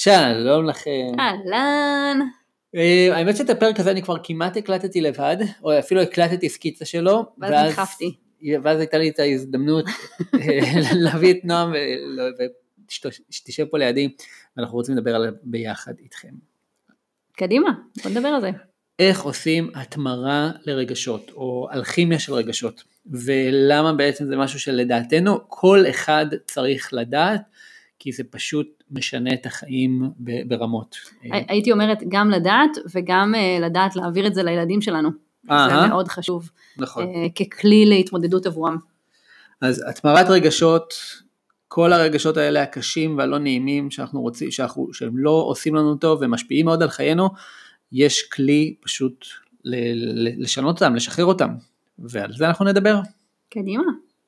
שלום לכם. אהלן. האמת שאת הפרק הזה אני כבר כמעט הקלטתי לבד, או אפילו הקלטתי סקיצה שלו. ואז נדחפתי. ואז הייתה לי את ההזדמנות להביא את נועם שתשב פה לידי, ואנחנו רוצים לדבר עליו ביחד איתכם. קדימה, בוא נדבר על זה. איך עושים התמרה לרגשות, או אלכימיה של רגשות, ולמה בעצם זה משהו שלדעתנו כל אחד צריך לדעת, כי זה פשוט משנה את החיים ברמות. הייתי אומרת גם לדעת, וגם לדעת להעביר את זה לילדים שלנו. זה מאוד חשוב. נכון. ככלי להתמודדות עבורם. אז התמרת רגשות, כל הרגשות האלה הקשים והלא נעימים שאנחנו רוצים, שהם לא עושים לנו טוב ומשפיעים מאוד על חיינו, יש כלי פשוט לשנות אותם, לשחרר אותם. ועל זה אנחנו נדבר. קדימה.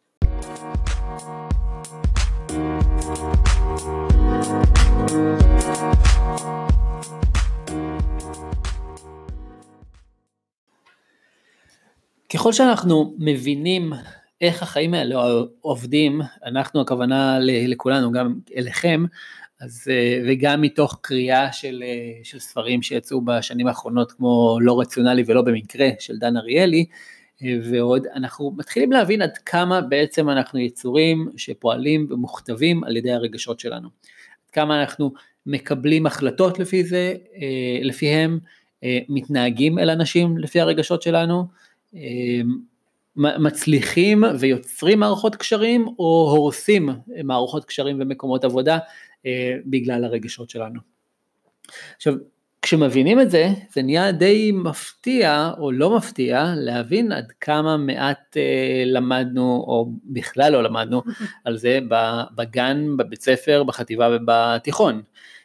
ככל שאנחנו מבינים איך החיים האלה עובדים, אנחנו הכוונה לכולנו, גם אליכם, אז, וגם מתוך קריאה של ספרים שיצאו בשנים האחרונות, כמו לא רציונלי ולא במקרה, של דן אריאלי, ועוד, אנחנו מתחילים להבין עד כמה בעצם אנחנו יצורים שפועלים ומוכתבים על ידי הרגשות שלנו. עד כמה אנחנו מקבלים החלטות לפי זה, לפיהם, מתנהגים אל אנשים לפי הרגשות שלנו, מצליחים ויוצרים מערכות קשרים, או הורסים מערכות קשרים ומקומות עבודה, בגלל הרגשות שלנו. עכשיו, כשמבינים את זה, זה נהיה די מפתיע, או לא מפתיע, להבין עד כמה מעט למדנו, או בכלל לא למדנו, על זה בגן, בבית ספר, בחטיבה ובתיכון.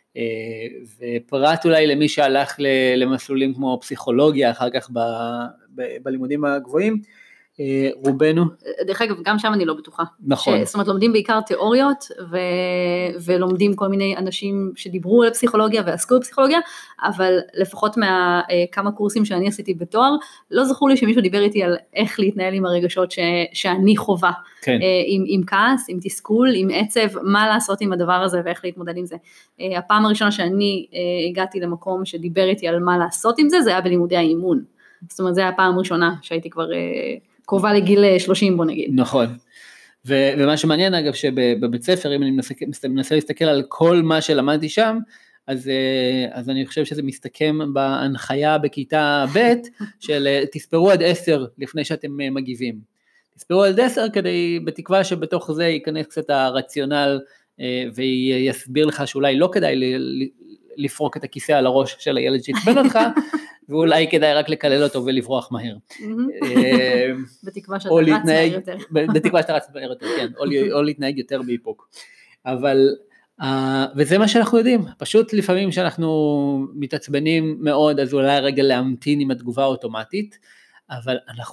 ופרט אולי למי שהלך למסלולים כמו פסיכולוגיה, אחר כך בלימודים הגבוהים, רובנו. דרך אגב, גם שם אני לא בטוחה. נכון. זאת אומרת, לומדים בעיקר תיאוריות, ולומדים כל מיני אנשים שדיברו על פסיכולוגיה ועסקו בפסיכולוגיה, אבל לפחות מכמה קורסים שאני עשיתי בתואר, לא זכור לי שמישהו דיבר איתי על איך להתנהל עם הרגשות שאני חובה. כן. עם כעס, עם תסכול, עם עצב, מה לעשות עם הדבר הזה ואיך להתמודד עם זה. הפעם הראשונה שאני הגעתי למקום שדיבר איתי על מה לעשות עם זה, זה היה בלימודי האימון. זאת אומרת, זה היה הפעם הראשונה שהייתי כבר קרובה לגיל 30, בוא נגיד. נכון. ומה שמעניין אגב, שבבית ספר, אם אני מנסה להסתכל על כל מה שלמדתי שם, אז אני חושב שזה מסתכם בהנחיה בכיתה ב' של תספרו עד 10 לפני שאתם מגיבים. תספרו עד 10 כדי, בתקווה שבתוך זה ייכנס קצת הרציונל, ויסביר לך שאולי לא כדאי לפרוק את הכיסא על הראש של הילד שהצפן אותך, ואולי כדאי רק לקלל אותו ולברוח מהר. בתקווה שאתה רץ מהר יותר. בתקווה שאתה רץ מהר יותר, כן, או להתנהג יותר באיפוק. אבל, וזה מה שאנחנו יודעים, פשוט לפעמים שאנחנו מתעצבנים מאוד, אז אולי רגע להמתין עם התגובה האוטומטית, אבל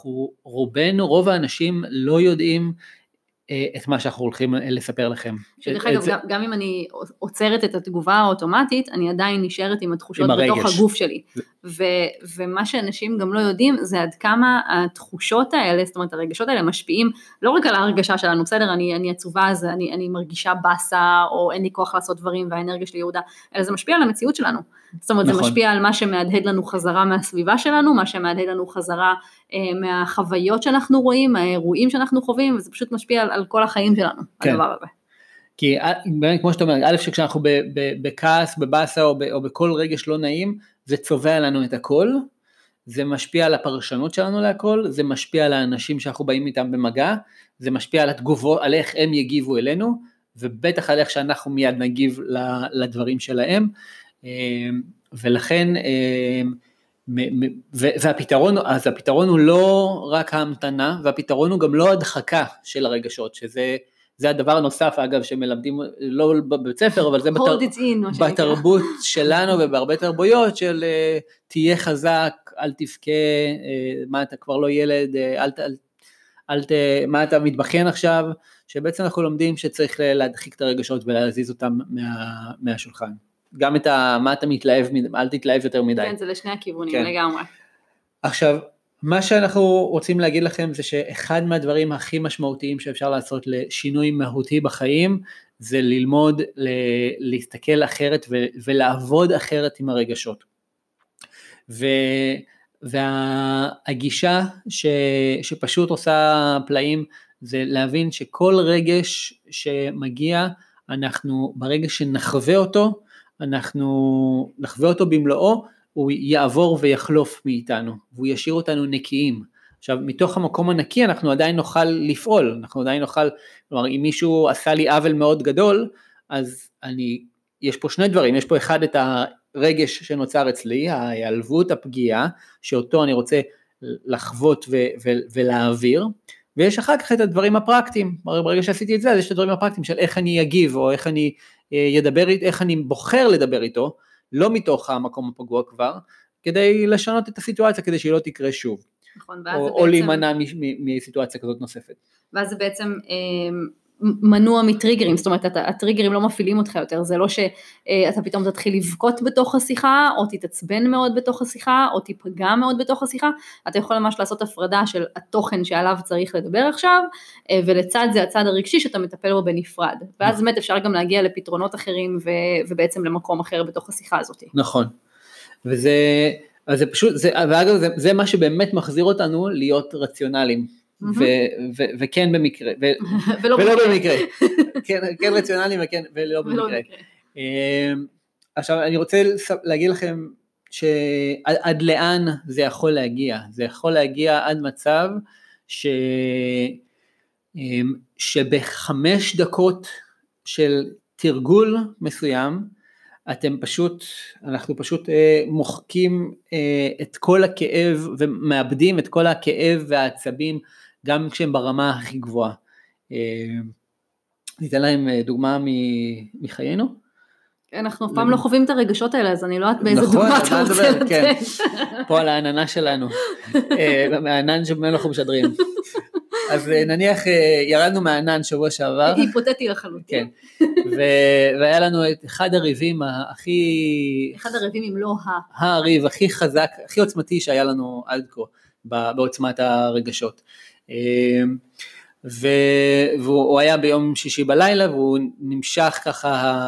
רוב האנשים לא יודעים את מה שאנחנו הולכים לספר לכם. שדרך אגב, גם אם אני עוצרת את התגובה האוטומטית, אני עדיין נשארת עם התחושות בתוך הגוף שלי. ומה שאנשים גם לא יודעים, זה עד כמה התחושות האלה, זאת אומרת, הרגשות האלה משפיעים, לא רק על ההרגשה שלנו, בסדר, אני עצובה, אז אני מרגישה בסה, או אין לי כוח לעשות דברים, והאנרגיה שלי יהודה, אלא זה משפיע על המציאות שלנו. זאת אומרת, זה משפיע על מה שמהדהד לנו חזרה מהסביבה שלנו, מה שמהדהד לנו חזרה מהחוויות שאנחנו רואים, מהאירועים שאנחנו חווים, וזה פשוט משפיע על כל החיים שלנו, הדבר הזה. כי באמת, כמו שאתה אומר, א' שכשאנחנו בכעס, בבאסה, או בכל רגש לא נעים, זה צובע לנו את הכל, זה משפיע על הפרשנות שלנו להכל, זה משפיע על האנשים שאנחנו באים איתם במגע, זה משפיע על התגובות, על איך הם יגיבו אלינו, ובטח על איך שאנחנו מיד נגיב לדברים שלהם, ולכן, והפתרון הוא לא רק ההמתנה, והפתרון הוא גם לא הדחקה של הרגשות, שזה הדבר הנוסף אגב שמלמדים, לא בבית ספר, אבל זה בתרבות שלנו ובהרבה תרבויות של תהיה חזק, אל תבכה, מה אתה כבר לא ילד, מה אתה מתבחן עכשיו, שבעצם אנחנו לומדים שצריך להדחיק את הרגשות ולהזיז אותם מהשולחן. גם מה אתה מתלהב, אל תתלהב יותר מדי. כן, זה לשני הכיוונים, לגמרי. עכשיו, מה שאנחנו רוצים להגיד לכם זה שאחד מהדברים הכי משמעותיים שאפשר לעשות לשינוי מהותי בחיים, זה ללמוד להסתכל אחרת ולעבוד אחרת עם הרגשות. והגישה שפשוט עושה פלאים, זה להבין שכל רגש שמגיע, אנחנו ברגע שנחווה אותו, אנחנו נחווה אותו במלואו, הוא יעבור ויחלוף מאיתנו, והוא ישאיר אותנו נקיים. עכשיו, מתוך המקום הנקי אנחנו עדיין נוכל לפעול, אנחנו עדיין נוכל, כלומר, אם מישהו עשה לי עוול מאוד גדול, אז יש פה שני דברים, יש פה אחד את הרגש שנוצר אצלי, ההיעלבות, הפגיעה, שאותו אני רוצה לחוות ולהעביר, ויש אחר כך את הדברים הפרקטיים, ברגע שעשיתי את זה, אז יש את הדברים הפרקטיים של איך אני אגיב, או איך אני ידבר, איך אני בוחר לדבר איתו, לא מתוך המקום הפגוע כבר, כדי לשנות את הסיטואציה, כדי שהיא לא תקרה שוב. נכון, או להימנע מסיטואציה כזאת נוספת. ואז זה בעצם מנוע מטריגרים, זאת אומרת, הטריגרים לא מפעילים אותך יותר, זה לא שאתה פתאום תתחיל לבכות בתוך השיחה, או תתעצבן מאוד בתוך השיחה, או תיפגע מאוד בתוך השיחה, אתה יכול ממש לעשות הפרדה של התוכן שעליו צריך לדבר עכשיו, ולצד זה הצד הרגשי שאתה מטפל בו בנפרד, ואז באמת אפשר גם להגיע לפתרונות אחרים, ובעצם למקום אחר בתוך השיחה הזאת. נכון, אז זה פשוט, ואגב זה מה שבאמת מחזיר אותנו להיות רציונליים, וכן במקרה, ולא במקרה, כן רציונליים ולא במקרה. עכשיו אני רוצה להגיד לכם שעד לאן זה יכול להגיע, זה יכול להגיע עד מצב שב5 דקות של תרגול מסוים, אנחנו פשוט מוחקים את כל הכאב ומאבדים את כל הכאב והעצבים גם כשהם ברמה הכי גבוהה. ניתן להם דוגמה מחיינו? אנחנו אף פעם לא חווים את הרגשות האלה, אז אני לא יודעת באיזה דוגמה אתה רוצה לתת. פה על העננה שלנו, מהענן שבאמת אנחנו משדרים. אז נניח ירדנו מהענן שבוע שעבר. היפותטי לחלוטין. כן. והיה לנו את אחד הריבים אחד הריבים אם לא הריב הכי חזק, הכי עוצמתי שהיה לנו עד כה, בעוצמת הרגשות. והוא היה ביום שישי בלילה, והוא נמשך ככה,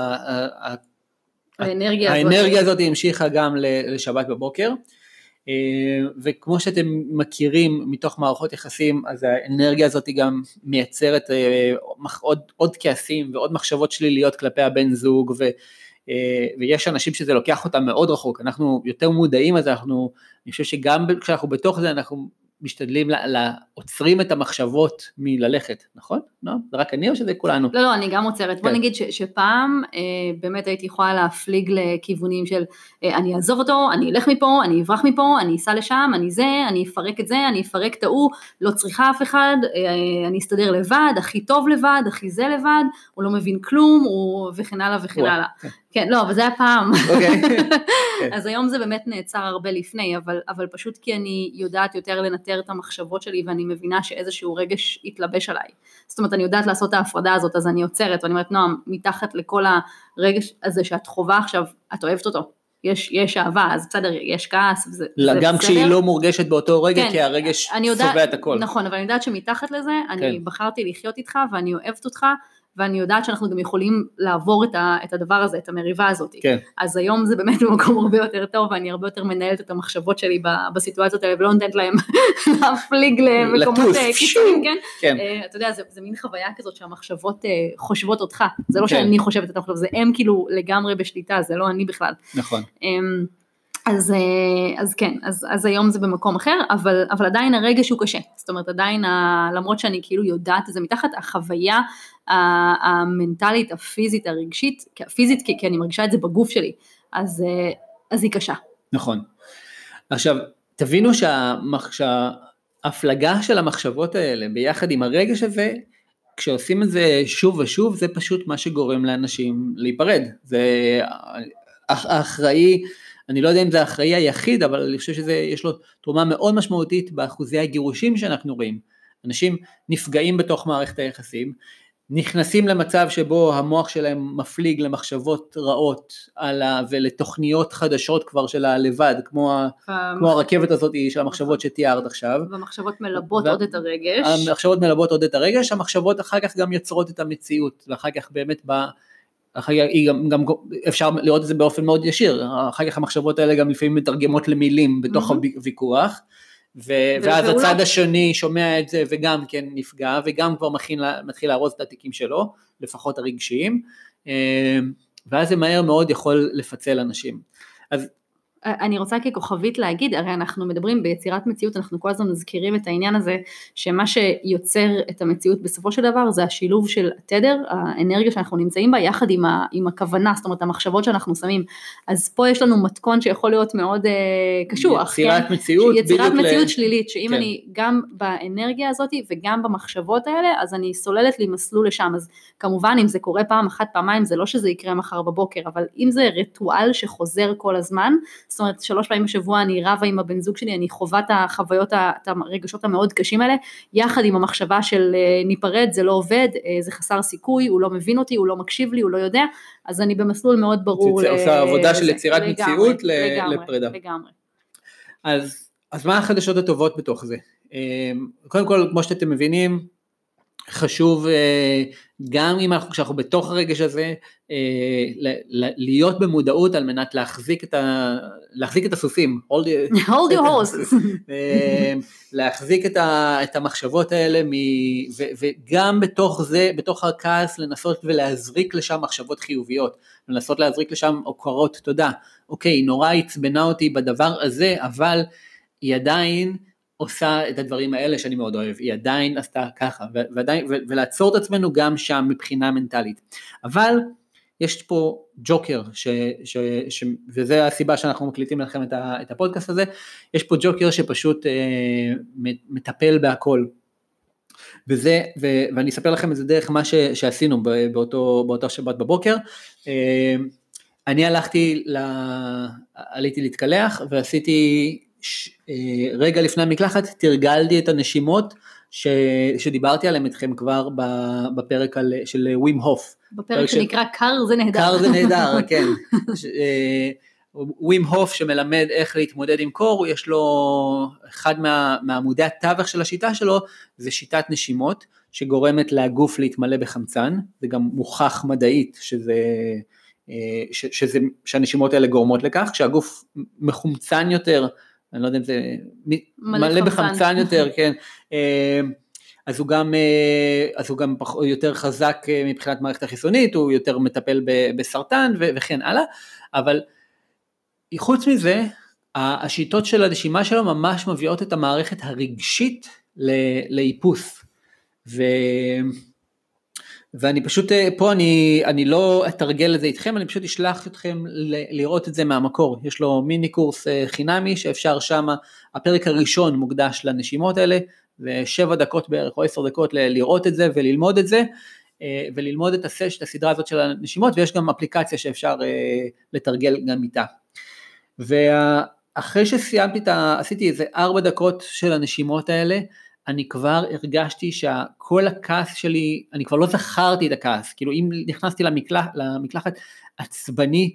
האנרגיה הזאת המשיכה גם לשבת בבוקר, וכמו שאתם מכירים מתוך מערכות יחסים, אז האנרגיה הזאת גם מייצרת עוד כעסים ועוד מחשבות שליליות כלפי הבן זוג, ויש אנשים שזה לוקח אותם מאוד רחוק, אנחנו יותר מודעים, אז אני חושב שגם כשאנחנו בתוך זה, אנחנו משתדלים עוצרים את המחשבות מללכת, נכון? לא? זה רק אני או שזה כולנו? לא, אני גם עוצרת. בוא נגיד שפעם באמת הייתי יכולה להפליג לכיוונים של אני אעזוב אותו, אני אלך מפה, אני אברח מפה, אני אסע לשם, אני אפרק את זה, אני אפרק את ההוא, לא צריכה אף אחד, אני אסתדר לבד, הכי טוב לבד, הכי זה לבד, הוא לא מבין כלום, וכן הלאה וכן הלאה. כן, לא, אבל זה היה פעם. אז היום זה באמת נעצר הרבה לפני, אבל פשוט כי אני יודעת יותר לנטר את המחשבות שלי, ואני מבינה שאיזשהו רגש יתלבש עליי. זאת אומרת, אני יודעת לעשות את ההפרדה הזאת, אז אני עוצרת, ואני אומרת, נועם, מתחת לכל הרגש הזה שאת חובה עכשיו, את אוהבת אותו. יש אהבה, אז בסדר, יש כעס, זה גם כשהיא לא מורגשת באותו רגע, כי הרגש צובע את הכל. נכון, אבל אני יודעת שמתחת לזה, אני בחרתי לחיות איתך, ואני אוהבת אותך, ואני יודעת שאנחנו גם יכולים לעבור את הדבר הזה, את המריבה הזאת. כן. אז היום זה באמת במקום הרבה יותר טוב, ואני הרבה יותר מנהלת את המחשבות שלי בסיטואציות האלה, ולא נותנת להם להפליג למקומות קיצוניים, כן? אתה יודע, זה מין חוויה כזאת שהמחשבות חושבות אותך, זה לא שאני חושבת את המחשבות, זה הם כאילו לגמרי בשליטה, זה לא אני בכלל. נכון. אז כן, אז היום זה במקום אחר, אבל עדיין הרגש הוא קשה, זאת אומרת עדיין, למרות שאני כאילו יודעת זה מתחת, החוויה המנטלית, הפיזית, הרגשית, הפיזית כי אני מרגישה את זה בגוף שלי, אז היא קשה. נכון. עכשיו, תבינו שההפלגה של המחשבות האלה, ביחד עם הרגש הזה, כשעושים את זה שוב ושוב, זה פשוט מה שגורם לאנשים להיפרד, זה האחראי, אני לא יודע אם זה האחראי היחיד, אבל אני חושב שיש לו תרומה מאוד משמעותית באחוזי הגירושים שאנחנו רואים. אנשים נפגעים בתוך מערכת היחסים, נכנסים למצב שבו המוח שלהם מפליג למחשבות רעות ולתוכניות חדשות כבר של הלבד, כמו הרכבת הזאת של המחשבות שתיארת עכשיו. והמחשבות מלבות עוד את הרגש. המחשבות מלבות עוד את הרגש, המחשבות אחר כך גם יוצרות את המציאות, ואחר כך באמת גם אפשר לראות את זה באופן מאוד ישיר, אחר כך המחשבות האלה גם לפעמים מתרגמות למילים בתוך הוויכוח, ואז הצד השני שומע את זה וגם כן נפגע, וגם כבר מתחיל להרוז את התיקים שלו, לפחות הרגשיים, ואז זה מהר מאוד יכול לפצל אנשים. אז אני רוצה ככוכבית להגיד, הרי אנחנו מדברים ביצירת מציאות, אנחנו כל הזמן מזכירים את העניין הזה, שמה שיוצר את המציאות בסופו של דבר, זה השילוב של התדר, האנרגיה שאנחנו נמצאים בה, יחד עם הכוונה, זאת אומרת המחשבות שאנחנו שמים, אז פה יש לנו מתכון שיכול להיות מאוד קשוח, יצירת מציאות, יצירת מציאות שלילית, שאם אני גם באנרגיה הזאת, וגם במחשבות האלה, אז אני סוללת לי מסלול לשם, אז כמובן אם זה קורה פעם אחת, פעמיים, זה לא שזה יקרה מחר בבוקר, אבל אם זה ריטואל שחוזר כל הזמן, זאת אומרת 3 פעמים בשבוע אני רבה עם הבן זוג שלי, אני חווה את החוויות, את הרגשות המאוד קשים האלה, יחד עם המחשבה של ניפרד, זה לא עובד, זה חסר סיכוי, הוא לא מבין אותי, הוא לא מקשיב לי, הוא לא יודע, אז אני במסלול מאוד ברור. עושה עבודה של יצירת מציאות לפרידה. לגמרי. אז מה החדשות הטובות בתוך זה? קודם כל, כמו שאתם מבינים, חשוב גם כשאנחנו בתוך הרגש הזה, להיות במודעות על מנת להחזיק את הסוסים, hold your horses, להחזיק את המחשבות האלה, וגם בתוך זה, בתוך הכעס, לנסות ולהזריק לשם מחשבות חיוביות, לנסות להזריק לשם הוקרות תודה, אוקיי, נורא הצבנה אותי בדבר הזה, אבל היא עדיין עושה את הדברים האלה שאני מאוד אוהב, היא עדיין עשתה ככה, ולעצור את עצמנו גם שם מבחינה מנטלית. אבל יש פה ג'וקר, וזה הסיבה שאנחנו מקליטים לכם את הפודקאסט הזה, יש פה ג'וקר שפשוט מטפל בהכל. ואני אספר לכם את זה דרך מה שעשינו באותה שבת בבוקר. אני עליתי להתקלח, ועשיתי רגע לפני המקלחת, תרגלתי את הנשימות שדיברתי עליהם אתכם כבר בפרק של ווים הוף. בפרק שנקרא קר זה נהדר. קר זה נהדר, כן. ווים הוף שמלמד איך להתמודד עם קור, יש לו, אחד מעמודי התווך של השיטה שלו, זה שיטת נשימות, שגורמת לגוף להתמלא בחמצן, זה גם מוכח מדעית, שהנשימות האלה גורמות לכך, כשהגוף מחומצן יותר, אני לא יודע אם זה מלא בחמצן יותר, כן, אז הוא גם יותר חזק מבחינת מערכת החיסונית, הוא יותר מטפל בסרטן וכן הלאה, אבל חוץ מזה, השיטות של הנשימה שלו ממש מביאות את המערכת הרגשית לאיפוס, ואני פשוט, פה אני לא אתרגל את זה איתכם, אני פשוט אשלח אתכם לראות את זה מהמקור, יש לו מיני קורס חינמי, שאפשר שם, הפרק הראשון מוקדש לנשימות האלה, ו7 דקות בערך, או 10 דקות לראות את זה, וללמוד את זה, וללמוד את הסדרה הזאת של הנשימות, ויש גם אפליקציה שאפשר לתרגל גם איתה. ואחרי שסיימתי עשיתי איזה 4 דקות של הנשימות האלה, אני כבר הרגשתי שכל הכעס שלי, אני כבר לא זכרתי את הכעס, כאילו אם נכנסתי למקלחת עצבני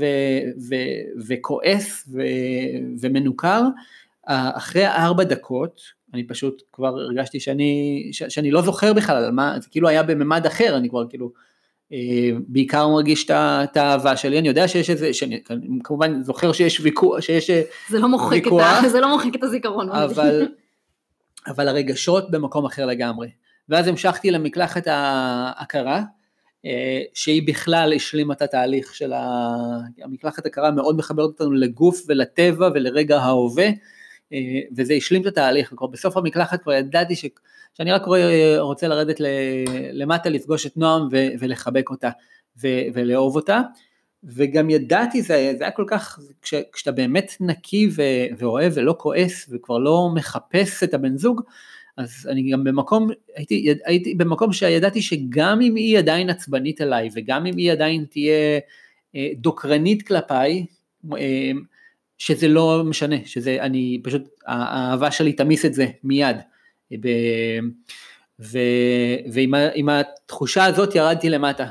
וכועס ומנוכר, אחרי 4 דקות, אני פשוט כבר הרגשתי שאני לא זוכר בכלל על מה, זה כאילו היה בממד אחר, אני כבר כאילו, בעיקר מרגיש את האהבה שלי, אני יודע שיש איזה, כמובן זוכר שיש ויכוח, זה לא מוחק את הזיכרון, אבל הרגשות במקום אחר לגמרי, ואז המשכתי למקלחת ההכרה, שהיא בכלל השלימה את התהליך של המקלחת ההכרה, מאוד מחברת אותנו לגוף ולטבע ולרגע ההווה, וזה השלים את התהליך, וכבר בסוף המקלחת כבר ידעתי שאני רק רוצה לרדת למטה, לפגוש את נועם ולחבק אותה ולאהוב אותה, וגם ידעתי, זה היה כל כך, כשאתה באמת נקי ואוהב ולא כועס, וכבר לא מחפש את הבן זוג, אז אני גם הייתי במקום שידעתי שגם אם היא עדיין עצבנית אליי, וגם אם היא עדיין תהיה דוקרנית כלפיי, שזה לא משנה, אני פשוט, האהבה שלי תמיס את זה מיד, ועם התחושה הזאת ירדתי למטה,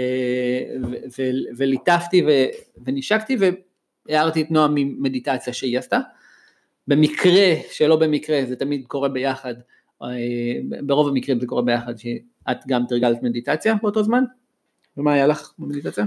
וליטפתי ונשקתי, והערתי את נועה ממדיטציה שהיא עשתה, במקרה, שלא במקרה, זה תמיד קורה ביחד, ברוב המקרים זה קורה ביחד, שאת גם תרגלת מדיטציה באותו זמן, ומה היה לך במדיטציה?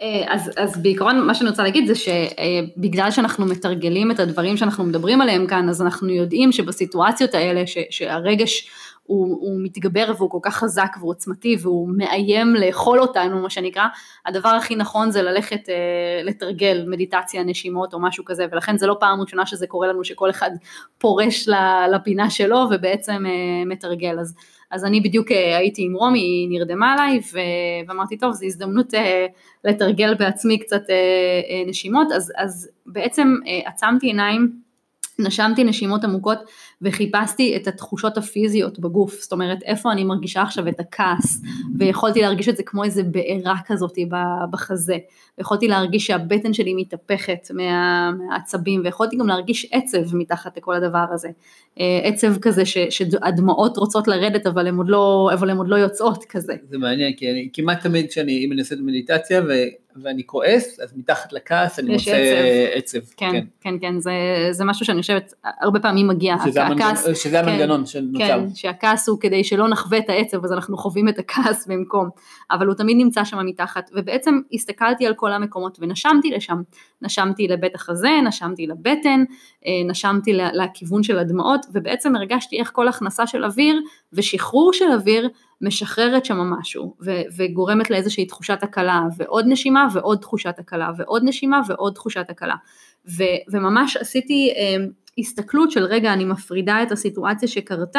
אז בעיקרון מה שאני רוצה להגיד זה שבגלל שאנחנו מתרגלים את הדברים שאנחנו מדברים עליהם כאן, אז אנחנו יודעים שבסיטואציות האלה שהרגש הוא מתגבר והוא כל כך חזק ועוצמתי והוא מאיים לאכול אותנו, מה שנקרא, הדבר הכי נכון זה ללכת לתרגל מדיטציה, נשימות או משהו כזה, ולכן זה לא פעם ראשונה שזה קורה לנו שכל אחד פורש לפינה שלו ובעצם מתרגל. אז אני בדיוק הייתי עם רומי, היא נרדמה עליי ואמרתי טוב, זו הזדמנות לתרגל בעצמי קצת נשימות, אז בעצם עצמתי עיניים, נשמתי נשימות עמוקות וחיפשתי את התחושות הפיזיות בגוף, זאת אומרת איפה אני מרגישה עכשיו את הכעס, ויכולתי להרגיש את זה כמו איזה בעירה כזאת בחזה, ויכולתי להרגיש שהבטן שלי מתהפכת מהעצבים, ויכולתי גם להרגיש עצב מתחת לכל הדבר הזה, עצב כזה שהדמעות רוצות לרדת אבל הן עוד לא יוצאות כזה. זה מעניין, כי אני כמעט תמיד כשאני מנסה את המדיטציה ואני כועס, אז מתחת לכעס אני מוצא עצב. כן, זה משהו שאני חושבת הרבה פעמים מגיע, שזה המנגנון שנוצר. כן, שהכעס הוא כדי שלא נחווה את העצב, אז אנחנו חווים את הכעס במקום, אבל הוא תמיד נמצא שם מתחת, ובעצם הסתכלתי על כל המקומות ונשמתי לשם, נשמתי לבית החזה, נשמתי לבטן, נשמתי לכיוון של הדמעות, ובעצם הרגשתי איך כל הכנסה של אוויר ושחרור של אוויר משחררת שם משהו, וגורמת לאיזושהי תחושת הקלה, ועוד נשימה ועוד תחושת הקלה, ועוד נשימה ועוד תחושת הקלה, וממש עשיתי הסתכלות של רגע, אני מפרידה את הסיטואציה שקרתה,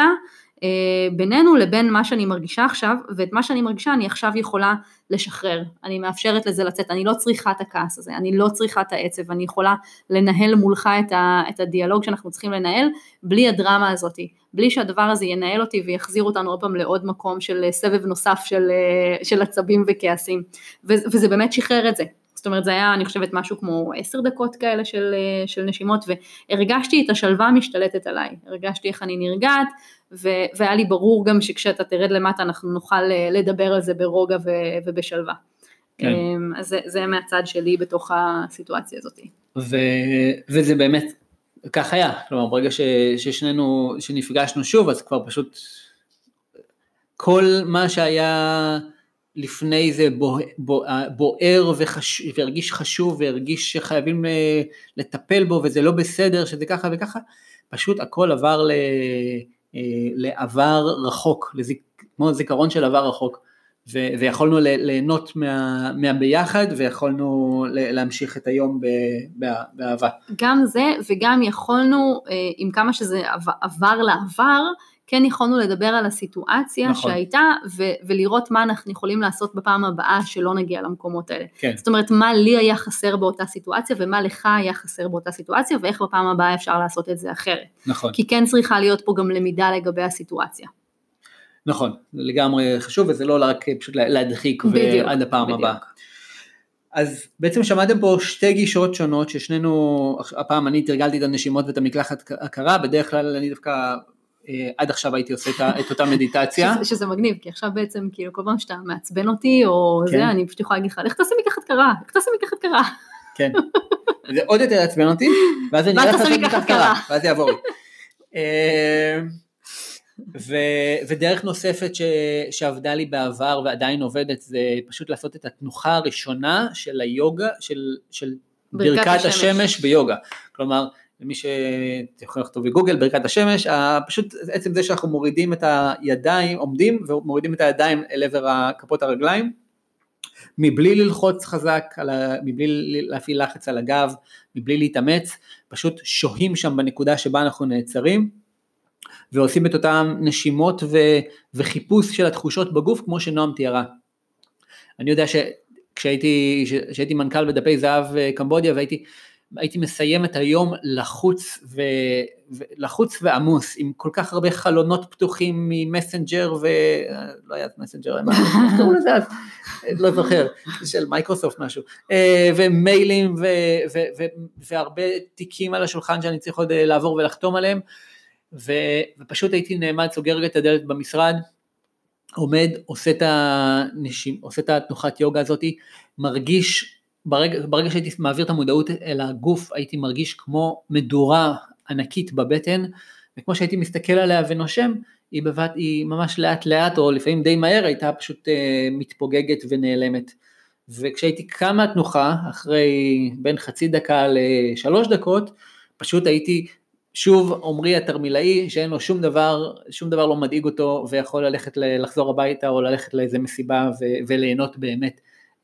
בינינו לבין מה שאני מרגישה עכשיו, ואת מה שאני מרגישה אני עכשיו יכולה לשחרר, אני מאפשרת לזה לצאת, אני לא צריכה את הכעס הזה, אני לא צריכה את העצב, אני יכולה לנהל מולך את הדיאלוג שאנחנו צריכים לנהל, בלי הדרמה הזאת, בלי שהדבר הזה ינהל אותי ויחזיר אותנו עוד פעם לעוד מקום של סבב נוסף של עצבים וכעסים, וזה באמת שחרר את זה. זאת אומרת, זה היה, אני חושבת, משהו כמו 10 דקות כאלה של נשימות, והרגשתי את השלווה משתלטת עליי, הרגשתי איך אני נרגעת, והיה לי ברור גם שכשאתה תרד למטה, אנחנו נוכל לדבר על זה ברוגע ובשלווה. כן. אז זה מהצד שלי בתוך הסיטואציה הזאת. וזה באמת, כך היה, כלומר, ברגע ששנינו, שנפגשנו שוב, אז כבר פשוט, כל מה שהיה לפני זה בוער והרגיש חשוב, והרגיש שחייבים לטפל בו, וזה לא בסדר, שזה ככה וככה, פשוט הכל עבר לעבר רחוק, כמו זיכרון של עבר רחוק, ויכולנו ליהנות מהביחד, ויכולנו להמשיך את היום באהבה. גם זה, וגם יכולנו, עם כמה שזה עבר לעבר, כן יכולנו לדבר על הסיטואציה נכון. שהייתה, ולראות מה אנחנו יכולים לעשות בפעם הבאה, שלא נגיע למקומות האלה. כן. זאת אומרת, מה לי היה חסר באותה סיטואציה, ומה לך היה חסר באותה סיטואציה, ואיך בפעם הבאה אפשר לעשות את זה אחרת. נכון. כי כן צריכה להיות פה גם למידה לגבי הסיטואציה. נכון, זה לגמרי חשוב, וזה לא רק פשוט להדחיק ועד הפעם הבאה. אז בעצם שמעתם פה שתי גישות שונות, ששנינו, הפעם אני תרגלתי את הנשימות ואת המקלחת הקרה, בדרך כלל אני דווקא, עד עכשיו הייתי עושה את אותה מדיטציה. שזה מגניב, כי עכשיו בעצם, כאילו, כל פעם שאתה מעצבן אותי, או זה, אני פשוט יכולה להגיד לך, לך תעשה מקלחת קרה, לך תעשה מקלחת קרה. כן, זה עוד יותר עצבן אותי, ואז אני אלך לעשות מקלחת קרה, ואז יעבור לי. ודרך נוספת שעבדה לי בעבר ועדיין עובדת, זה פשוט לעשות את התנוחה הראשונה של היוגה, של ברכת השמש ביוגה. כלומר, למי שיכול לכתוב בגוגל, ברכת השמש, פשוט עצם זה שאנחנו מורידים את הידיים, עומדים ומורידים את הידיים אל עבר כפות הרגליים, מבלי ללחוץ חזק, מבלי להפעיל לחץ על הגב, מבלי להתאמץ, פשוט שוהים שם בנקודה שבה אנחנו נעצרים, ועושים את אותם נשימות וחיפוש של התחושות בגוף, כמו שנועם תיארה. אני יודע כשהייתי מנכ"ל בדפי זהב קמבודיה, והייתי מסיים את היום לחוץ ועמוס, עם כל כך הרבה חלונות פתוחים ממסנג'ר, ולא היה מסנג'ר, קראו לזה אז, לא זוכר, של מייקרוסופט משהו, ומיילים, והרבה תיקים על השולחן, שאני צריך עוד לעבור ולחתום עליהם, ופשוט הייתי נעמד, סוגר את הדלת במשרד, עומד, עושה את התנוחת יוגה הזאת, מרגיש, ברגע שהייתי מעביר את המודעות אל הגוף, הייתי מרגיש כמו מדורה ענקית בבטן, וכמו שהייתי מסתכל עליה ונושם, היא ממש לאט לאט, או לפעמים די מהר, הייתה פשוט מתפוגגת ונעלמת. וכשהייתי קם מהתנוחה, אחרי בין חצי דקה ל3 דקות, פשוט הייתי שוב עומרי התרמילאי, שאין לו שום דבר לא מדאיג אותו, ויכול לחזור הביתה, או ללכת לאיזה מסיבה, וליהנות באמת,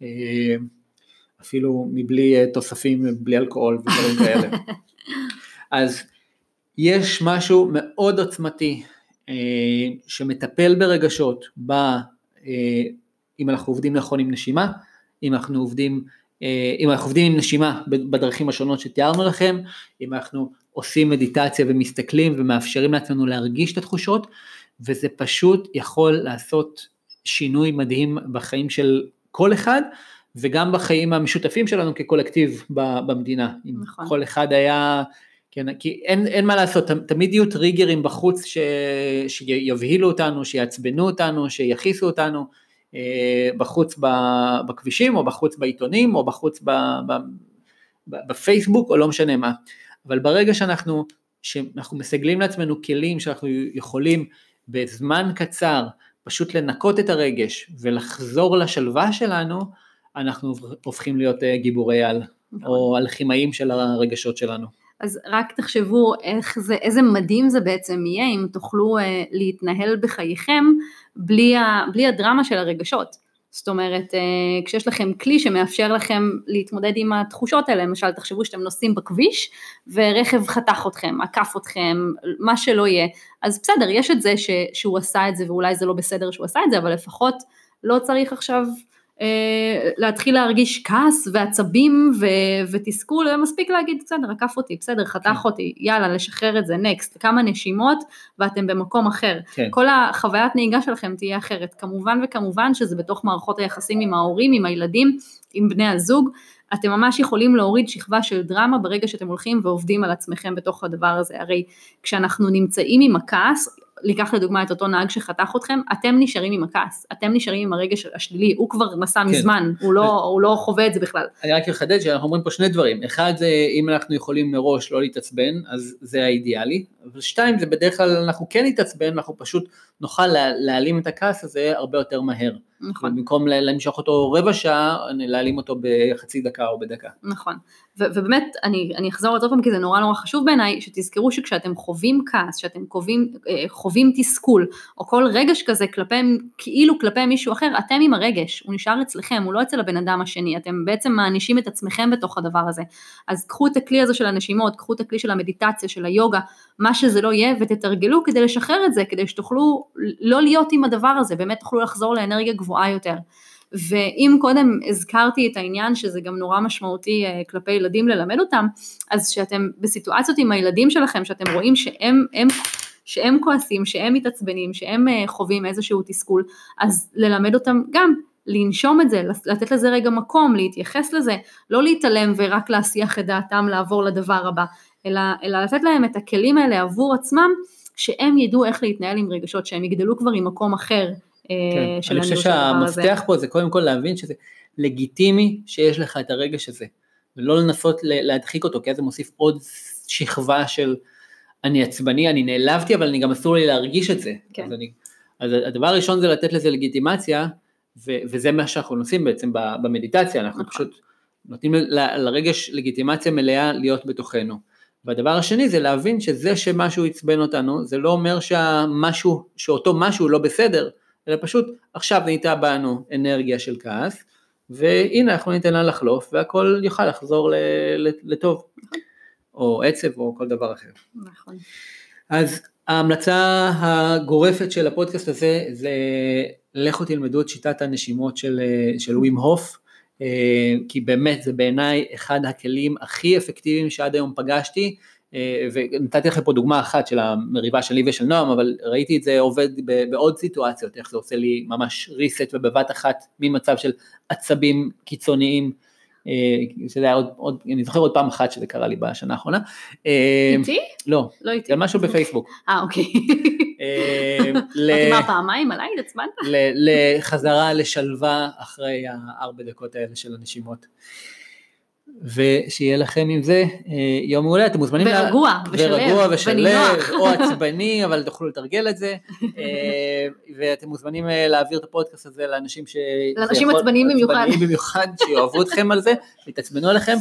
אפילו מבלי תוספים, בלי אלכוהול ודברים כאלה. אז יש משהו מאוד עוצמתי, שמטפל ברגשות, אם אנחנו עובדים נכון עם נשימה, אם אנחנו עובדים עם נשימה בדרכים השונות שתיארנו לכם, אם אנחנו עושים מדיטציה ומסתכלים ומאפשרים לעצמנו להרגיש את התחושות, וזה פשוט יכול לעשות שינוי מדהים בחיים של כל אחד, וגם בחיים המשותפים שלנו כקולקטיב במדינה. נכון. כל אחד היה, כן, כי אין מה לעשות, תמיד יהיו טריגרים בחוץ שיבהילו אותנו, שיעצבנו אותנו, שיחיסו אותנו, בחוץ בכבישים, או בחוץ בעיתונים, או בחוץ בפייסבוק, או לא משנה מה. אבל ברגע שאנחנו מסגלים לעצמנו כלים, שאנחנו יכולים בזמן קצר, פשוט לנקות את הרגש, ולחזור לשלווה שלנו, אנחנו הופכים להיות גיבורי על, או אלכימאים של הרגשות שלנו. אז רק תחשבו איזה מדהים זה בעצם יהיה, אם תוכלו להתנהל בחייכם, בלי הדרמה של הרגשות. זאת אומרת, כשיש לכם כלי שמאפשר לכם להתמודד עם התחושות האלה, למשל תחשבו שאתם נוסעים בכביש, ורכב חתך אתכם, עקף אתכם, מה שלא יהיה, אז בסדר, יש את זה שהוא עשה את זה, ואולי זה לא בסדר שהוא עשה את זה, אבל לפחות לא צריך עכשיו להתחיל להרגיש כעס ועצבים ותסכול, ומספיק להגיד בסדר, עקף אותי, בסדר, חתך אותי, יאללה, לשחרר את זה, נקסט, כמה נשימות ואתם במקום אחר. כל החוויית נהיגה שלכם תהיה אחרת, כמובן שזה בתוך מערכות היחסים עם ההורים, עם הילדים, עם בני הזוג, אתם ממש יכולים להוריד שכבה של דרמה ברגע שאתם הולכים ועובדים על עצמכם בתוך הדבר הזה. הרי כשאנחנו נמצאים עם הכעס, לקח לדוגמה את אותו נהג שחתך אתכם, אתם נשארים עם הכעס, אתם נשארים עם הרגש השלילי, הוא כבר נסע מזמן, הוא לא חווה את זה בכלל. אני רק אחדד שאנחנו אומרים פה שני דברים, אחד זה אם אנחנו יכולים מראש לא להתעצבן, אז זה האידיאלי, אבל שתיים זה בדרך כלל אנחנו כן להתעצבן, אנחנו פשוט נוכל להעלים את הכעס הזה הרבה יותר מהר. נכון. במקום למשוך אותו רבע שעה, להעלים אותו בחצי דקה או בדקה. נכון, ובאמת אני אחזור עוד פעם, כי זה נורא חשוב בעיניי, שתזכרו שכשאתם חווים כעס, שאתם חווים תסכול, או כל רגש כזה כאילו כלפי מישהו אחר, אתם עם הרגש, הוא נשאר אצלכם, הוא לא אצל הבן אדם השני, אתם בעצם מענישים את עצמכם בתוך הדבר הזה, אז קחו את הכלי הזה של הנשימות, קחו את הכלי של המדיטציה, של היוגה, מה שזה לא יהיה, ותתרגלו כדי לשחרר את זה, כדי שתוכלו לא להיות עם הדבר הזה, באמת תוכלו לחזור לאנרגיה גבוהה יותר. ואם קודם הזכרתי את העניין שזה גם נורא משמעותי כלפי ילדים ללמד אותם, אז שאתם בסיטואציות עם הילדים שלכם, שאתם רואים שהם כועסים, שהם מתעצבנים, שהם חווים איזשהו תסכול, אז ללמד אותם גם לנשום את זה, לתת לזה רגע מקום, להתייחס לזה, לא להתעלם ורק להסיח את דעתם לעבור לדבר הבא, אלא לתת להם את הכלים האלה עבור עצמם, שהם ידעו איך להתנהל עם רגשות, שהם יגדלו כבר עם מקום אחר. אני חושב שהמפתח פה זה קודם כל להבין שזה לגיטימי שיש לך את הרגש הזה, ולא לנסות להדחיק אותו, כי אז זה מוסיף עוד שכבה של אני עצבני, אני נעלבתי, אבל אני גם אסור לי להרגיש את זה. אז הדבר הראשון זה לתת לזה לגיטימציה, וזה מה שאנחנו עושים בעצם במדיטציה, אנחנו פשוט נותנים לרגש לגיטימציה מלאה להיות בתוכנו. והדבר השני זה להבין שזה שמשהו יצבן אותנו, זה לא אומר שאותו משהו לא בסדר, אלא פשוט עכשיו נהייתה בנו אנרגיה של כעס, והנה אנחנו ניתן לה לחלוף, והכל יוכל לחזור לטוב, או עצב או כל דבר אחר. נכון. אז ההמלצה הגורפת של הפודקאסט הזה, זה לכו תלמדו את שיטת הנשימות של ווים הוף, כי באמת זה בעיניי אחד הכלים הכי אפקטיביים שעד היום פגשתי, ונתתי לכם פה דוגמה אחת של המריבה שלי ושל נועם, אבל ראיתי את זה עובד בעוד סיטואציות, איך זה עושה לי ממש ריסט ובבת אחת ממצב של עצבים קיצוניים, שזה היה אני זוכר עוד פעם אחת שזה קרה לי בשנה האחרונה. איתי? לא, איתי. זה משהו בפייסבוק. אוקיי. מה, פעמיים עליי, עצמנת? לחזרה לשלווה אחרי 4 דקות האלה של הנשימות. ושיהיה לכם עם זה יום מעולה, אתם מוזמנים ורגוע ושלב, או עצבני, אבל תוכלו לתרגל את זה, ואתם מוזמנים להעביר את הפודקאסט הזה לאנשים עצבניים במיוחד, שיאהבו אתכם על זה, ויתעצבנו עליכם,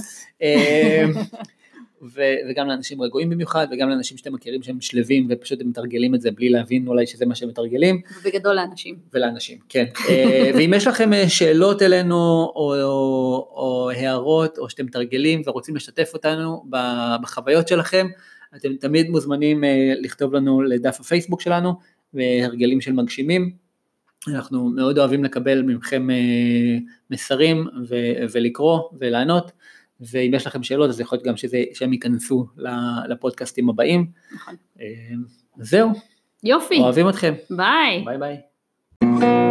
וגם לאנשים רגועים במיוחד, וגם לאנשים שאתם מכירים שהם שלבים, ופשוט הם מתרגלים את זה בלי להבין אולי שזה מה שהם מתרגלים. ובגדול לאנשים. ולאנשים, כן. ואם יש לכם שאלות אלינו, או הערות, או שאתם מתרגלים ורוצים לשתף אותנו בחוויות שלכם, אתם תמיד מוזמנים לכתוב לנו לדף הפייסבוק שלנו, והרגלים של מגשימים. אנחנו מאוד אוהבים לקבל מכם מסרים, ולקרוא ולענות. ואם יש לכם שאלות, אז יכול להיות גם שהם ייכנסו לפודקאסטים הבאים. נכון. זהו. יופי. אוהבים אתכם. ביי. ביי ביי.